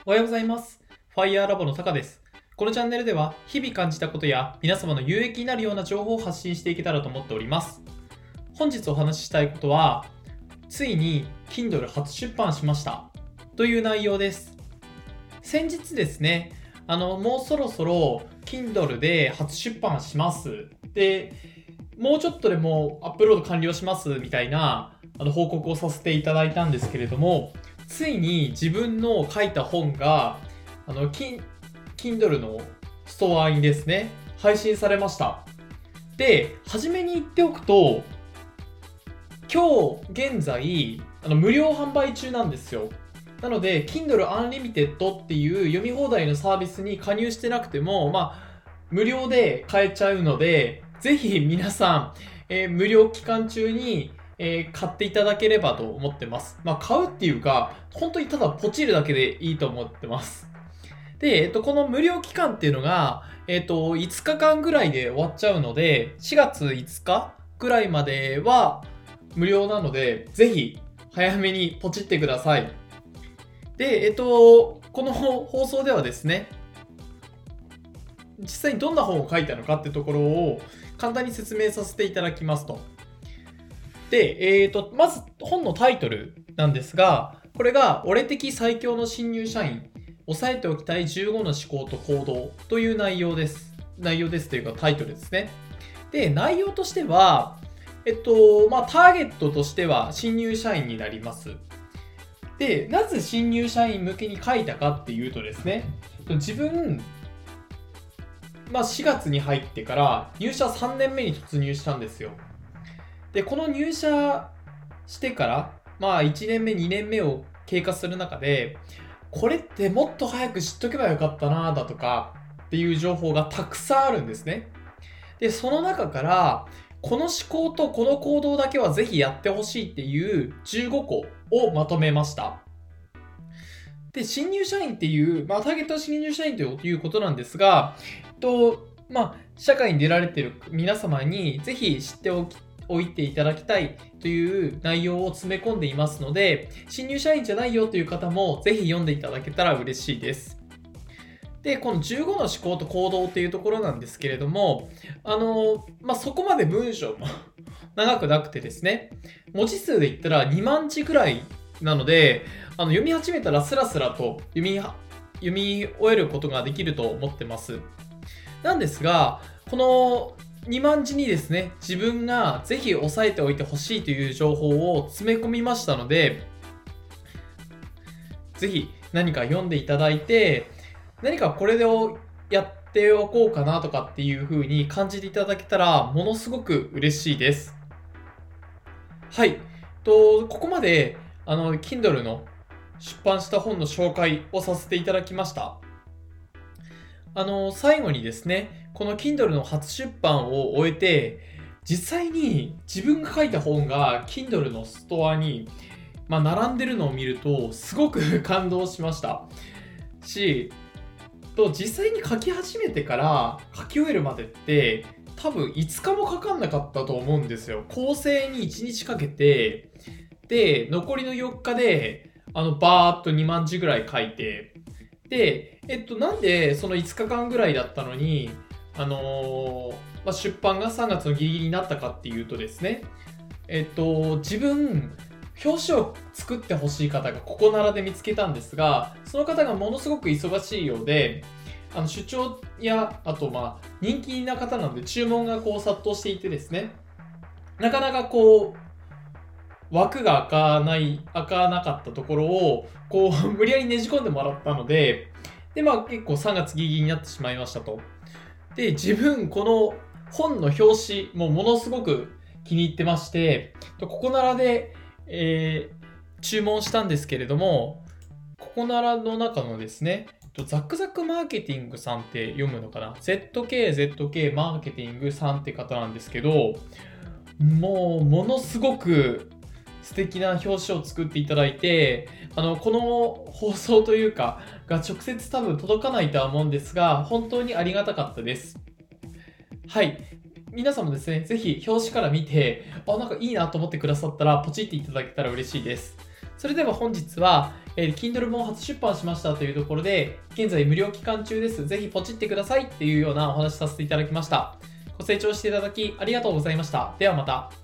おはようございます。ファイヤーラボのタカです。このチャンネルでは日々感じたことや皆様の有益になるような情報を発信していけたらと思っております。本日お話ししたいことは、ついに Kindle 初出版しましたという内容です。先日ですね、もうそろそろ Kindle で初出版します。で、もうちょっとでもうアップロード完了しますみたいな報告をさせていただいたんですけれども、ついに自分の書いた本がKindle のストアにですね、配信されました。で、初めに言っておくと、今日現在無料販売中なんですよ。なので Kindle Unlimited っていう読み放題のサービスに加入してなくても、無料で買えちゃうので、ぜひ皆さん、無料期間中に買っていただければと思ってます。買うっていうか、本当にただポチるだけでいいと思ってます。で、この無料期間っていうのが、5日間ぐらいで終わっちゃうので、4月5日ぐらいまでは無料なので、ぜひ早めにポチってください。で、この放送ではですね、実際にどんな本を書いたのかってところを簡単に説明させていただきますと。で、まず本のタイトルなんですが、これが俺的最強の新入社員、押さえておきたい15の思考と行動という内容です。内容ですというかタイトルですね。で、内容としては、ターゲットとしては新入社員になります。で、なぜ新入社員向けに書いたかっていうとですね、自分、4月に入ってから入社3年目に突入したんですよ。で、この入社してから、1年目、2年目を経過する中で、これってもっと早く知っとけばよかったなだとかっていう情報がたくさんあるんですね。で、その中から、この思考とこの行動だけはぜひやってほしいっていう15個をまとめました。で、新入社員っていう、ターゲットは新入社員ということなんですが、社会に出られている皆様にぜひ知っておいていただきたいという内容を詰め込んでいますので、新入社員じゃないよという方もぜひ読んでいただけたら嬉しいです。で、この15の思考と行動っていうところなんですけれども、そこまで文章も長くなくてですね、文字数で言ったら2万字ぐらいなので、読み始めたらスラスラと読み終えることができると思ってます。なんですが、この2万字にですね、自分がぜひ押さえておいてほしいという情報を詰め込みましたので、ぜひ何か読んでいただいて、何かこれでやっておこうかなとかっていう風に感じていただけたら、ものすごく嬉しいです。はい。ここまで、Kindle の出版した本の紹介をさせていただきました。最後にですね、この Kindle の初出版を終えて、実際に自分が書いた本が Kindle のストアに、並んでるのを見ると、すごく感動しましたし、実際に書き始めてから書き終えるまでって多分5日もかかんなかったと思うんですよ。構成に1日かけて、で、残りの4日でバーっと2万字ぐらい書いて、で、なんでその5日間ぐらいだったのに、出版が3月のギリギリになったかっていうとですね、自分、表紙を作ってほしい方がここならで見つけたんですが、その方がものすごく忙しいようで、出張や、あと人気な方なので注文が殺到していてですね、なかなか枠が開かなかったところを、無理やりねじ込んでもらったので、で、結構3月ギリギリになってしまいましたと。で、自分、この本の表紙もものすごく気に入ってまして、ここならで、注文したんですけれども、ここならの中のですね、ザックザックマーケティングさんって読むのかな ?ZKZK マーケティングさんって方なんですけど、ものすごく素敵な表紙を作っていただいて、この放送というか、が直接多分届かないとは思うんですが、本当にありがたかったです。はい。皆さんもですね、ぜひ表紙から見て、なんかいいなと思ってくださったら、ポチっていただけたら嬉しいです。 それでは本日は、Kindle 本初出版しましたというところで、現在無料期間中です。ぜひポチってくださいっていうようなお話しさせていただきました。ご清聴していただきありがとうございました。ではまた。